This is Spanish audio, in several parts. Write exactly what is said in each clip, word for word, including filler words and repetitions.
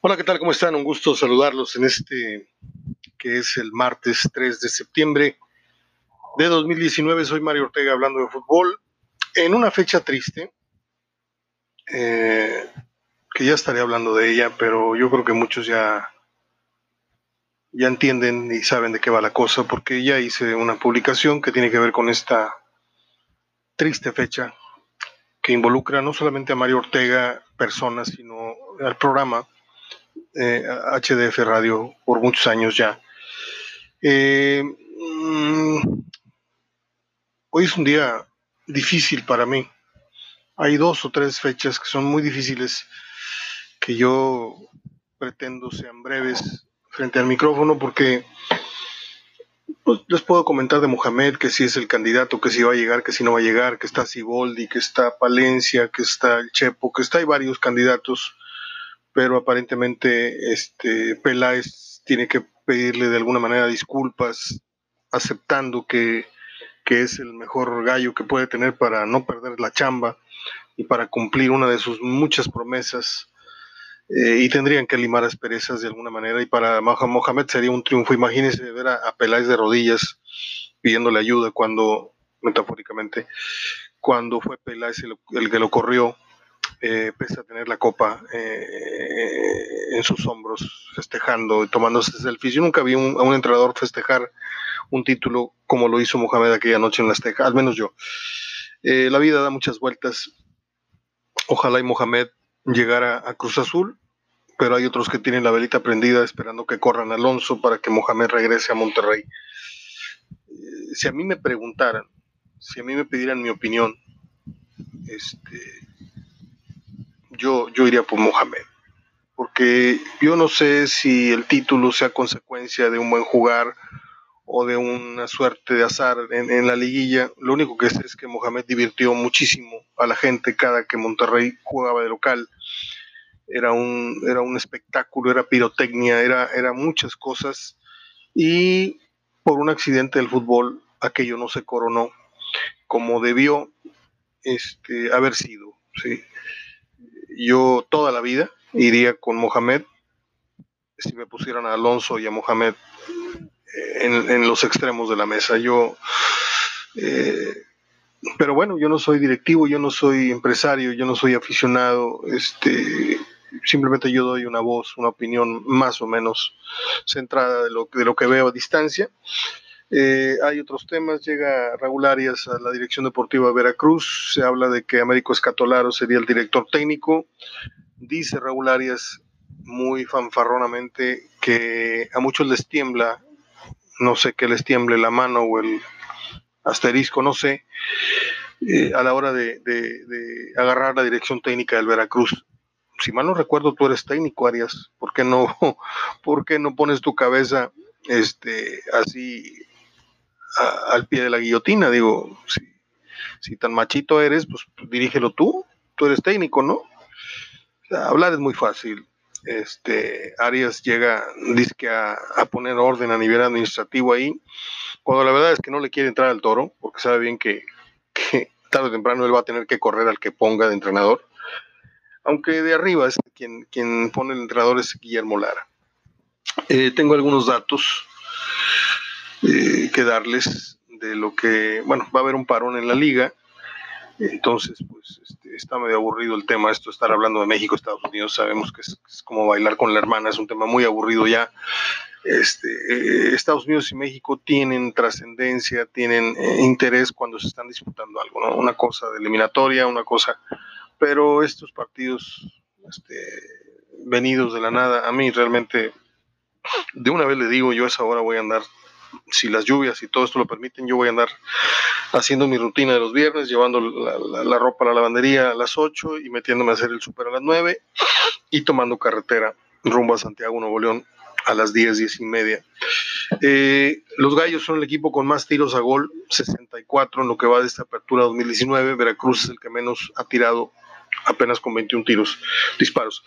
Hola, ¿qué tal? ¿Cómo están? Un gusto saludarlos en este que es el martes tres de septiembre de dos mil diecinueve. Soy Mario Ortega hablando de fútbol en una fecha triste, eh, que ya estaré hablando de ella, pero yo creo que muchos ya, ya entienden y saben de qué va la cosa, porque ya hice una publicación que tiene que ver con esta triste fecha que involucra no solamente a Mario Ortega, persona, sino al programa eh, H D F Radio por muchos años ya. Eh, mm, Hoy es un día difícil para mí. Hay dos o tres fechas que son muy difíciles, que yo pretendo sean breves frente al micrófono, porque pues, les puedo comentar de Mohamed, que si es el candidato, que si va a llegar, que si no va a llegar, que está Siboldi, que está Palencia, que está el Chepo, que está, hay varios candidatos, pero aparentemente este Peláez tiene que pedirle de alguna manera disculpas, aceptando que, que es el mejor gallo que puede tener para no perder la chamba y para cumplir una de sus muchas promesas, eh, y tendrían que limar asperezas de alguna manera, y para Mohamed sería un triunfo. Imagínense ver a, a Peláez de rodillas pidiéndole ayuda cuando, metafóricamente, cuando fue Peláez el, el que lo corrió, eh, pese a tener la copa eh, en sus hombros, festejando y tomándose selfies. Yo nunca vi un, a un entrenador festejar un título como lo hizo Mohamed aquella noche en la Azteca, al menos yo. Eh, la vida da muchas vueltas. Ojalá y Mohamed llegara a Cruz Azul, pero hay otros que tienen la velita prendida esperando que corran a Alonso para que Mohamed regrese a Monterrey. Eh, si a mí me preguntaran, si a mí me pidieran mi opinión, este, yo, yo iría por Mohamed, porque yo no sé si el título sea consecuencia de un buen jugar o de una suerte de azar en, en la liguilla. Lo único que sé es que Mohamed divirtió muchísimo a la gente cada que Monterrey jugaba de local. Era un, era un espectáculo, era pirotecnia, era, era muchas cosas, y por un accidente del fútbol aquello no se coronó como debió este, haber sido. ¿Sí? Yo toda la vida iría con Mohamed si me pusieran a Alonso y a Mohamed en, en los extremos de la mesa. Yo, eh, pero bueno, yo no soy directivo, yo no soy empresario, yo no soy aficionado, este, simplemente yo doy una voz, una opinión más o menos centrada de lo, de lo que veo a distancia. Eh, hay otros temas. Llega Raúl Arias a la dirección deportiva de Veracruz, se habla de que Américo Escatolaro sería el director técnico. Dice Raúl Arias muy fanfarronamente que a muchos les tiembla, no sé qué les tiemble, la mano o el asterisco, no sé, eh, a la hora de, de, de agarrar la dirección técnica del Veracruz. Si mal no recuerdo, tú eres técnico, Arias. ¿Por qué no, por qué no pones tu cabeza este, así a, al pie de la guillotina? Digo, si, si tan machito eres, pues dirígelo tú. Tú eres técnico, ¿no? O sea, hablar es muy fácil. Este, Arias llega, dice que a, a poner orden a nivel administrativo ahí, cuando la verdad es que no le quiere entrar al toro, porque sabe bien que, que tarde o temprano él va a tener que correr al que ponga de entrenador, aunque de arriba es quien, quien pone el entrenador es Guillermo Lara. Eh, tengo algunos datos eh, que darles de lo que, bueno, va a haber un parón en la liga, entonces pues este, está medio aburrido el tema, esto estar hablando de México, Estados Unidos, sabemos que es, es como bailar con la hermana, es un tema muy aburrido ya. Este, eh, Estados Unidos y México tienen trascendencia, tienen eh, interés cuando se están disputando algo, ¿no? Una cosa de eliminatoria, una cosa, pero estos partidos este, venidos de la nada, a mí realmente, de una vez le digo, yo a esa hora voy a andar, si las lluvias y todo esto lo permiten, yo voy a andar haciendo mi rutina de los viernes, llevando la, la, la ropa a la lavandería a las ocho y metiéndome a hacer el súper a las nueve y tomando carretera rumbo a Santiago, Nuevo León, a las diez, diez y media. Eh, los Gallos son el equipo con más tiros a gol, sesenta y cuatro en lo que va de esta apertura dos mil diecinueve. Veracruz es el que menos ha tirado, apenas con veintiún tiros, disparos.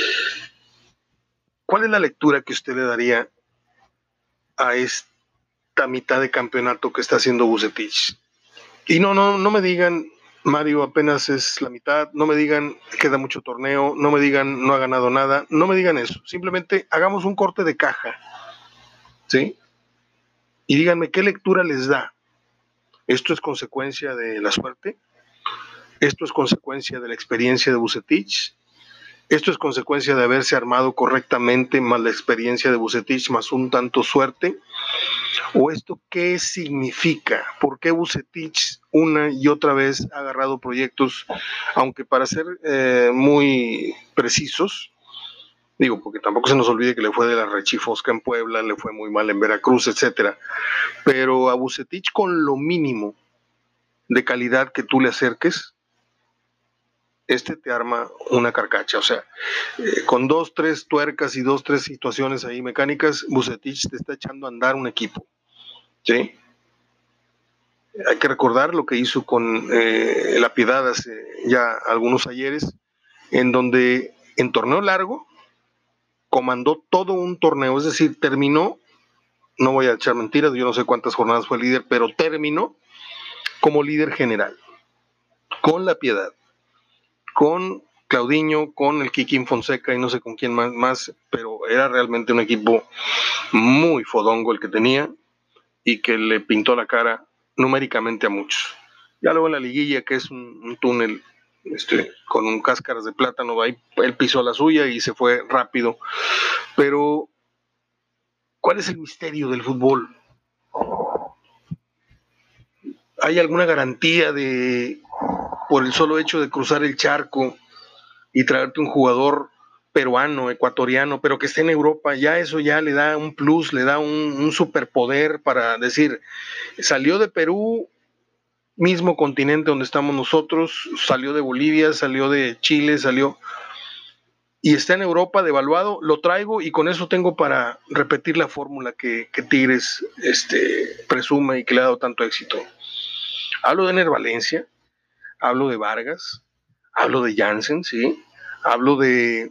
¿Cuál es la lectura que usted le daría a esta mitad de campeonato que está haciendo Vucetich? Y no, no, no me digan, Mario apenas es la mitad, no me digan queda mucho torneo, no me digan no ha ganado nada, no me digan eso, simplemente hagamos un corte de caja, ¿sí? Y díganme qué lectura les da. ¿Esto es consecuencia de la suerte? ¿Esto es consecuencia de la experiencia de Vucetich? ¿Esto es consecuencia de haberse armado correctamente más la experiencia de Vucetich más un tanto suerte? ¿O esto qué significa? ¿Por qué Vucetich una y otra vez ha agarrado proyectos, aunque para ser eh, muy precisos, digo, porque tampoco se nos olvide que le fue de la rechifosca en Puebla, le fue muy mal en Veracruz, etcétera, pero a Vucetich con lo mínimo de calidad que tú le acerques, este te arma una carcacha, o sea, eh, con dos, tres tuercas y dos, tres situaciones ahí mecánicas, Vucetich te está echando a andar un equipo, ¿sí? Hay que recordar lo que hizo con eh, La Piedad hace ya algunos ayeres, en donde en torneo largo comandó todo un torneo, es decir, terminó, no voy a echar mentiras, yo no sé cuántas jornadas fue líder, pero terminó como líder general, con La Piedad, con Claudiño, con el Kikín Fonseca y no sé con quién más, más, pero era realmente un equipo muy fodongo el que tenía y que le pintó la cara numéricamente a muchos. Ya luego en la liguilla, que es un, un túnel este, con un cáscaras de plátano, ahí él pisó la suya y se fue rápido. Pero, ¿cuál es el misterio del fútbol? ¿Hay alguna garantía de, por el solo hecho de cruzar el charco y traerte un jugador peruano, ecuatoriano, pero que esté en Europa, ya eso ya le da un plus, le da un, un superpoder para decir, salió de Perú, mismo continente donde estamos nosotros, salió de Bolivia, salió de Chile, salió y está en Europa devaluado, lo traigo y con eso tengo para repetir la fórmula que, que Tigres este, presume y que le ha dado tanto éxito. Hablo de Ener Valencia, hablo de Vargas, hablo de Jansen, sí, hablo de,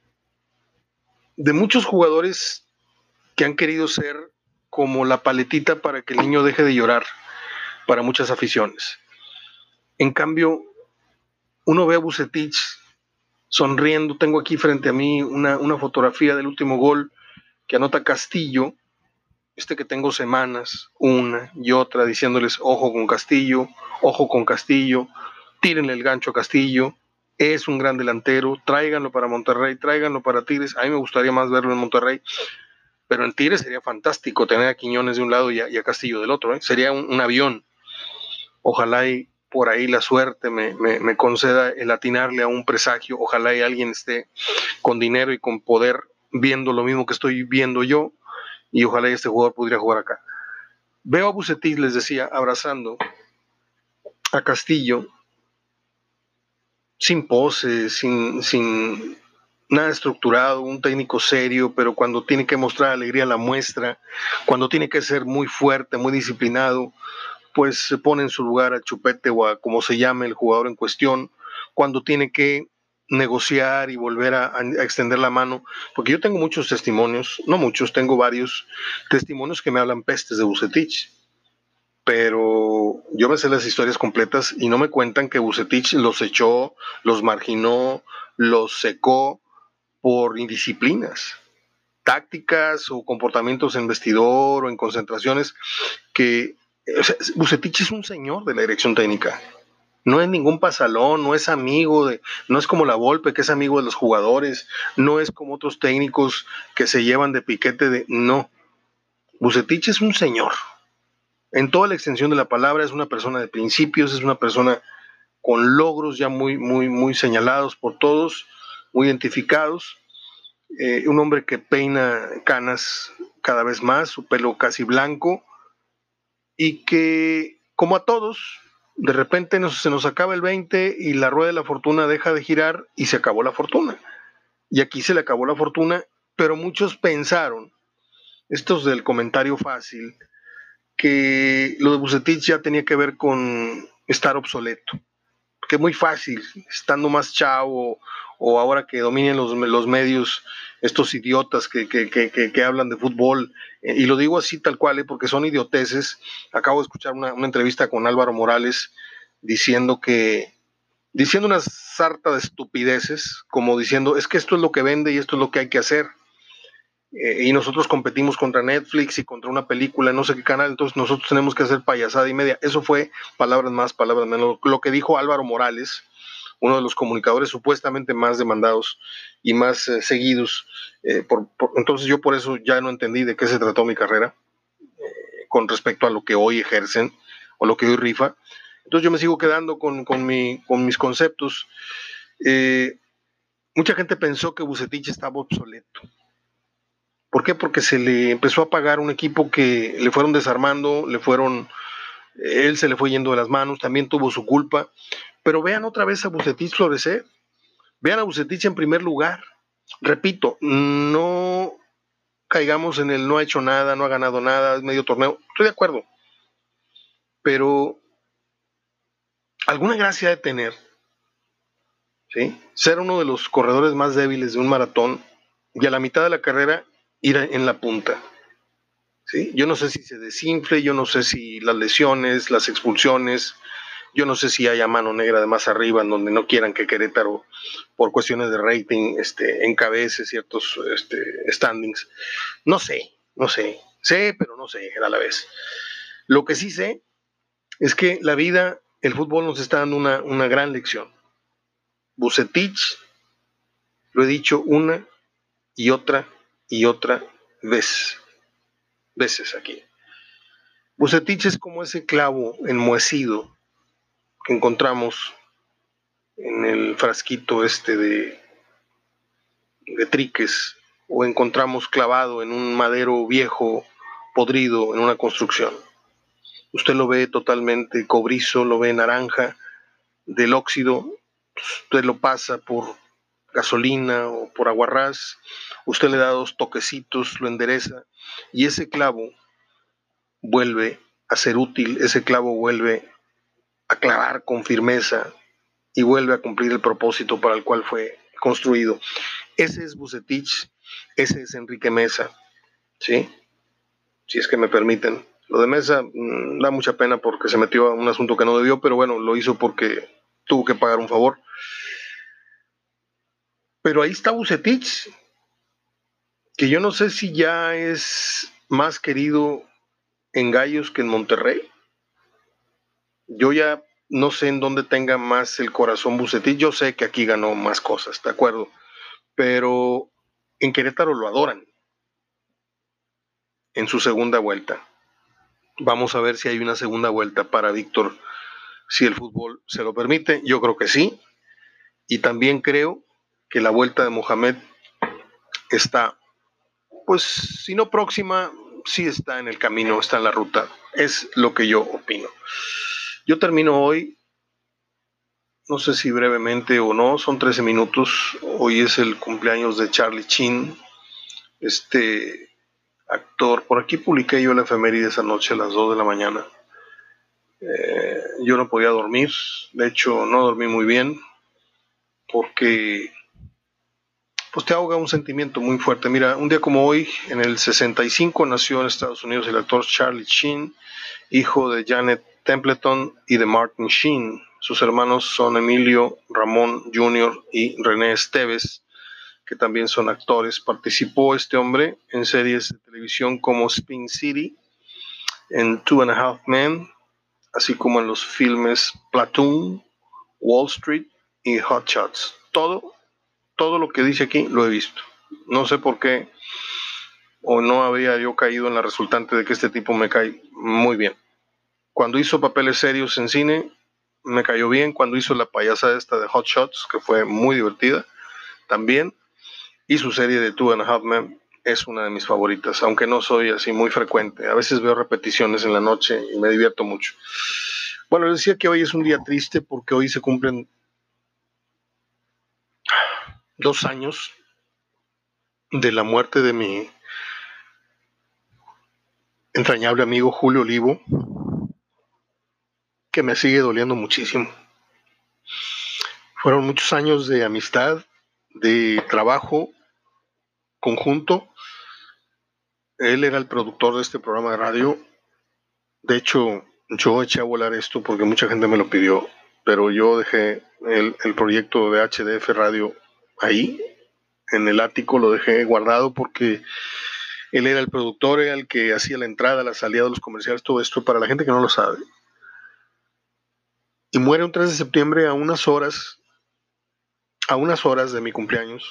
de muchos jugadores que han querido ser como la paletita para que el niño deje de llorar para muchas aficiones. En cambio, uno ve a Vucetich sonriendo, tengo aquí frente a mí una, una fotografía del último gol que anota Castillo, este que tengo semanas, una y otra, diciéndoles, ojo con Castillo, ojo con Castillo, tírenle el gancho a Castillo, es un gran delantero, tráiganlo para Monterrey, tráiganlo para Tigres, a mí me gustaría más verlo en Monterrey, pero en Tigres sería fantástico tener a Quiñones de un lado y a, y a Castillo del otro, ¿eh? Sería un, un avión, ojalá y por ahí la suerte me, me, me conceda el atinarle a un presagio, ojalá y alguien esté con dinero y con poder viendo lo mismo que estoy viendo yo, y ojalá este jugador pudiera jugar acá. Veo a Vucetich, les decía, abrazando a Castillo, sin pose, sin, sin nada estructurado, un técnico serio, pero cuando tiene que mostrar alegría la muestra, cuando tiene que ser muy fuerte, muy disciplinado, pues se pone en su lugar a Chupete o a como se llame el jugador en cuestión, cuando tiene que negociar y volver a, a, extender la mano, porque yo tengo muchos testimonios, no muchos, tengo varios testimonios que me hablan pestes de Vucetich, pero yo me sé las historias completas y no me cuentan que Vucetich los echó, los marginó, los secó por indisciplinas, tácticas o comportamientos en vestidor o en concentraciones que o sea, Vucetich es un señor de la dirección técnica. No es ningún pasalón, no es amigo de, no es como la Volpe que es amigo de los jugadores, no es como otros técnicos que se llevan de piquete de, no. Vucetich es un señor. En toda la extensión de la palabra es una persona de principios, es una persona con logros ya muy, muy, muy señalados por todos, muy identificados. Eh, un hombre que peina canas cada vez más, su pelo casi blanco, y que, como a todos, de repente nos, se nos acaba el veinte y la rueda de la fortuna deja de girar y se acabó la fortuna. Y aquí se le acabó la fortuna, pero muchos pensaron, estos del comentario fácil, que lo de Vucetich ya tenía que ver con estar obsoleto. Que es muy fácil, estando más chavo o ahora que dominen los, los medios estos idiotas que, que, que, que, que hablan de fútbol, eh, y lo digo así tal cual, eh, porque son idioteces. Acabo de escuchar una, una entrevista con Álvaro Morales diciendo que, diciendo una sarta de estupideces, como diciendo, es que esto es lo que vende y esto es lo que hay que hacer. Eh, y nosotros competimos contra Netflix y contra una película, no sé qué canal, entonces nosotros tenemos que hacer payasada y media. Eso fue palabras más, palabras menos. Lo que dijo Álvaro Morales, uno de los comunicadores supuestamente más demandados y más eh, seguidos. Eh, por, por, entonces yo por eso ya no entendí de qué se trató mi carrera eh, con respecto a lo que hoy ejercen o lo que hoy rifa. Entonces yo me sigo quedando con, con, mi, con mis conceptos. Eh, mucha gente pensó que Bucetich estaba obsoleto. ¿Por qué? Porque se le empezó a pagar un equipo que le fueron desarmando, le fueron, él se le fue yendo de las manos, también tuvo su culpa. Pero vean otra vez a Bucetich florecer, vean a Bucetich en primer lugar. Repito, no caigamos en el no ha hecho nada, no ha ganado nada, es medio torneo. Estoy de acuerdo, pero alguna gracia de tener, ¿sí? Ser uno de los corredores más débiles de un maratón y a la mitad de la carrera ir en la punta. ¿Sí? Yo no sé si se desinfle, yo no sé si las lesiones, las expulsiones, yo no sé si haya mano negra de más arriba en donde no quieran que Querétaro, por cuestiones de rating, este, encabece ciertos este, standings. No sé, no sé. Sé, pero no sé a la vez. Lo que sí sé es que la vida, el fútbol nos está dando una, una gran lección. Bucetich, lo he dicho una y otra y otra vez, veces aquí. Bucetich es como ese clavo enmohecido que encontramos en el frasquito este de, de triques o encontramos clavado en un madero viejo podrido en una construcción. Usted lo ve totalmente cobrizo, lo ve naranja del óxido, usted lo pasa por gasolina o por aguarrás, usted le da dos toquecitos, lo endereza y ese clavo vuelve a ser útil, ese clavo vuelve a clavar con firmeza y vuelve a cumplir el propósito para el cual fue construido. Ese es Bucetich, ese es Enrique Mesa, ¿sí? Si es que me permiten. Lo de Mesa mmm, da mucha pena porque se metió a un asunto que no debió, pero bueno, lo hizo porque tuvo que pagar un favor. Pero ahí está Bucetich, que yo no sé si ya es más querido en Gallos que en Monterrey. Yo ya no sé en dónde tenga más el corazón Bucetich. Yo sé que aquí ganó más cosas, de acuerdo, pero en Querétaro lo adoran en su segunda vuelta. Vamos a ver si hay una segunda vuelta para Víctor, si el fútbol se lo permite. Yo creo que sí. Y también creo que la vuelta de Mohamed está, pues, si no próxima, sí está en el camino, está en la ruta. Es lo que yo opino. Yo termino hoy, no sé si brevemente o no, son trece minutos. Hoy es el cumpleaños de Charlie Sheen, este actor. Por aquí publiqué yo la efeméride esa noche a las dos de la mañana. Eh, yo no podía dormir, de hecho no dormí muy bien porque pues te ahoga un sentimiento muy fuerte. Mira, un día como hoy, en el sesenta y cinco, nació en Estados Unidos el actor Charlie Sheen, hijo de Janet Templeton y de Martin Sheen. Sus hermanos son Emilio Ramón junior y René Esteves, que también son actores. Participó este hombre en series de televisión como Spin City, en Two and a Half Men, así como en los filmes Platoon, Wall Street y Hot Shots. Todo, todo lo que dice aquí lo he visto. No sé por qué o no había yo caído en la resultante de que este tipo me cae muy bien. Cuando hizo papeles serios en cine, me cayó bien. Cuando hizo la payasa esta de Hot Shots, que fue muy divertida, también. Y su serie de Two and a Half Men es una de mis favoritas, aunque no soy así muy frecuente. A veces veo repeticiones en la noche y me divierto mucho. Bueno, les decía que hoy es un día triste porque hoy se cumplen dos años de la muerte de mi entrañable amigo Julio Olivo, que me sigue doliendo muchísimo. Fueron muchos años de amistad, de trabajo conjunto. Él era el productor de este programa de radio. De hecho, Yo eché a volar esto porque mucha gente me lo pidió, pero yo dejé el, el proyecto de H D F Radio ahí, en el ático, lo dejé guardado porque él era el productor, era el que hacía la entrada, la salida de los comerciales, todo esto, para la gente que no lo sabe. Y muere un tres de septiembre a unas horas, a unas horas de mi cumpleaños,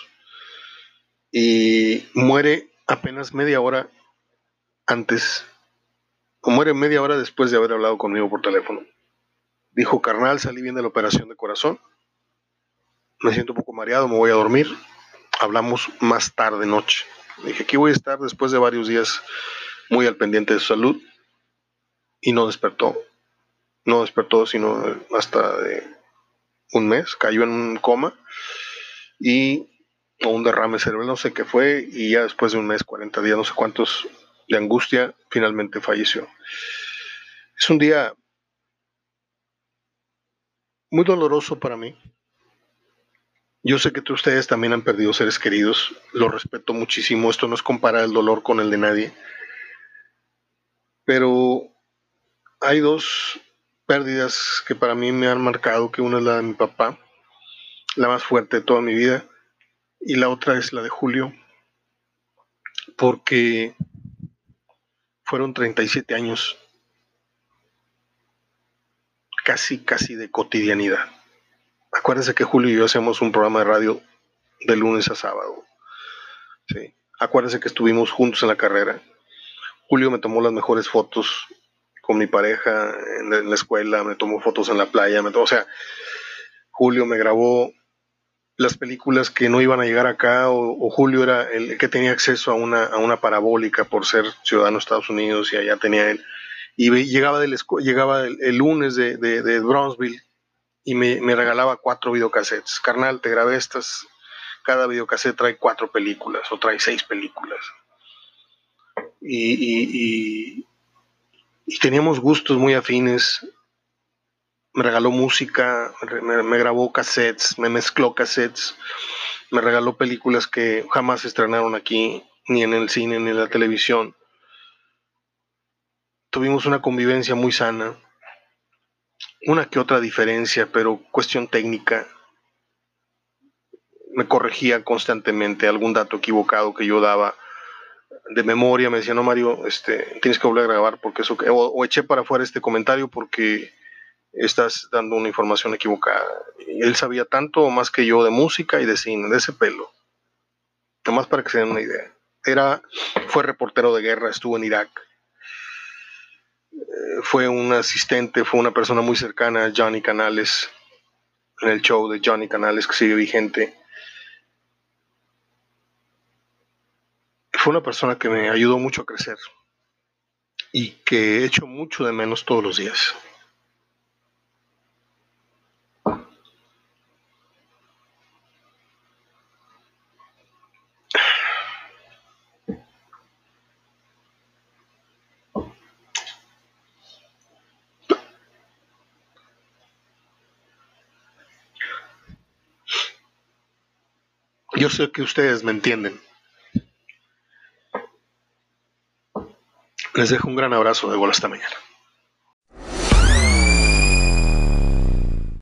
y muere apenas media hora antes, o muere media hora después de haber hablado conmigo por teléfono. Dijo: carnal, salí bien de la operación de corazón, me siento un poco mareado, me voy a dormir, hablamos más tarde noche. Dije: aquí voy a estar después de varios días muy al pendiente de su salud. Y no despertó, no despertó sino hasta de un mes, cayó en un coma y o un derrame cerebral, no sé qué fue, y ya después de un mes, cuarenta días, no sé cuántos de angustia, finalmente falleció. Es un día muy doloroso para mí. Yo sé que ustedes también han perdido seres queridos, lo respeto muchísimo, esto no es comparar el dolor con el de nadie, pero hay dos pérdidas que para mí me han marcado, que una es la de mi papá, la más fuerte de toda mi vida, y la otra es la de Julio, porque fueron treinta y siete años casi, casi de cotidianidad. Acuérdense que Julio y yo hacemos un programa de radio de lunes a sábado. ¿Sí? Acuérdense que estuvimos juntos en la carrera. Julio me tomó las mejores fotos con mi pareja en la, en la escuela, me tomó fotos en la playa, me tomó, o sea, Julio me grabó las películas que no iban a llegar acá, o, o Julio era el que tenía acceso a una, a una parabólica por ser ciudadano de Estados Unidos, y allá tenía él. Y ve, llegaba, del, llegaba el, el lunes de, de, de Brownsville y me, me regalaba cuatro videocassettes. Carnal, te grabé estas. Cada videocassette trae cuatro películas o trae seis películas. Y, y, y, y teníamos gustos muy afines. Me regaló música, me, me grabó cassettes, me mezcló cassettes, me regaló películas que jamás se estrenaron aquí, ni en el cine, ni en la televisión. Tuvimos una convivencia muy sana, una que otra diferencia, pero cuestión técnica. Me corregía constantemente algún dato equivocado que yo daba de memoria. Me decía: no, Mario, este, tienes que volver a grabar porque eso, o, o eché para afuera este comentario porque estás dando una información equivocada. Y él sabía tanto o más que yo de música y de cine, de ese pelo. Nomás para que se den una idea. Era, fue reportero de guerra, estuvo en Irak, eh, fue un asistente, fue una persona muy cercana a Johnny Canales, en el show de Johnny Canales que sigue vigente. Fue una persona que me ayudó mucho a crecer y que echo mucho de menos todos los días. Yo sé que ustedes me entienden. Les dejo un gran abrazo de bola esta mañana.